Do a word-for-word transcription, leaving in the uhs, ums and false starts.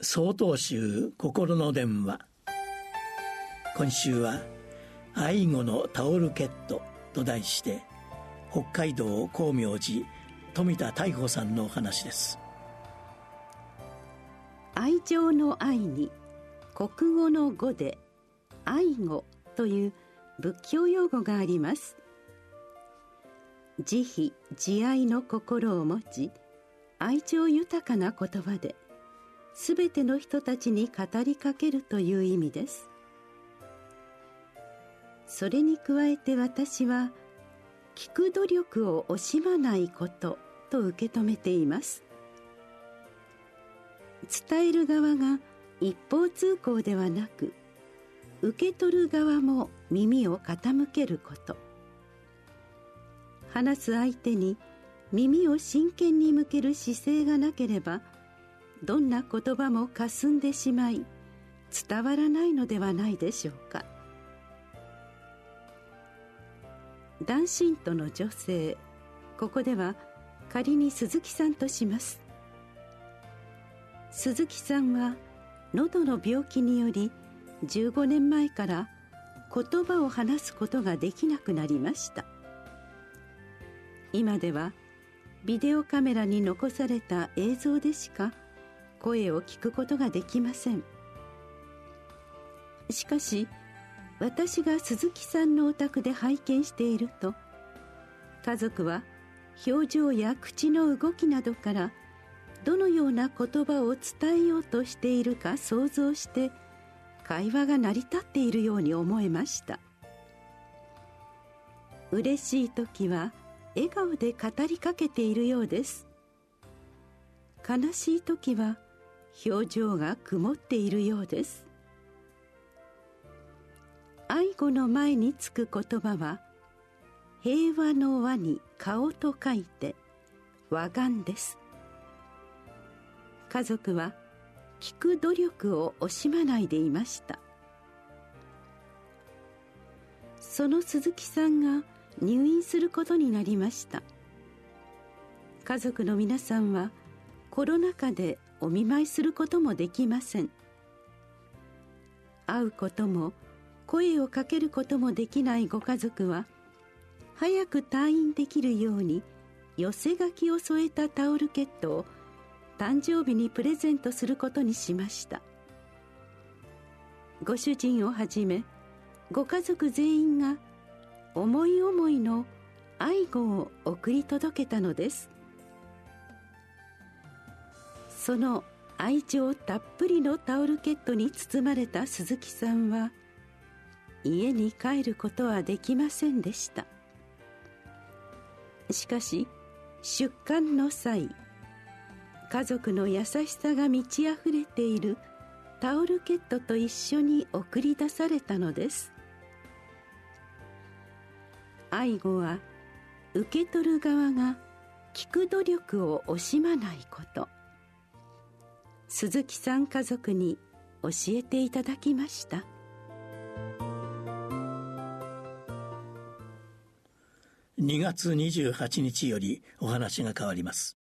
曹洞宗心の電話。今週は愛護のタオルケットと題して、北海道光明寺富田大穂さんのお話です。 愛情の愛に国語の語で愛護という仏教用語があります。慈悲慈愛の心を持ち、愛情豊かな言葉ですべての人たちに語りかけるという意味です。それに加えて私は聞く努力を惜しまないことと受け止めています。伝える側が一方通行ではなく、受け取る側も耳を傾けること。話す相手に耳を真剣に向ける姿勢がなければ、どんな言葉もかすんでしまい、伝わらないのではないでしょうか。男信徒の女性、ここでは仮に鈴木さんとします。鈴木さんは喉の病気によりじゅうごねんまえから言葉を話すことができなくなりました。今ではビデオカメラに残された映像でしか声を聞くことができません。しかし私が鈴木さんのお宅で拝見していると、家族は表情や口の動きなどからどのような言葉を伝えようとしているか想像して会話が成り立っているように思えました。嬉しい時は笑顔で語りかけているようです。悲しい時は表情が曇っているようです。愛護の前につく言葉は、平和の和に顔と書いて和顔です。家族は聞く努力を惜しまないでいました。その鈴木さんが入院することになりました。家族の皆さんはコロナ禍でお見舞いすることもできません。会うことも声をかけることもできないご家族は、早く退院できるように寄せ書きを添えたタオルケットを誕生日にプレゼントすることにしました。ご主人をはじめご家族全員が思い思いの愛護を送り届けたのです。その愛情たっぷりのタオルケットに包まれた鈴木さんは、家に帰ることはできませんでした。しかし出棺の際、家族の優しさが満ち溢れているタオルケットと一緒に送り出されたのです。愛護は受け取る側が聞く努力を惜しまないこと、鈴木さん家族に教えていただきました。 にがつにじゅうはちにちよりお話が変わります。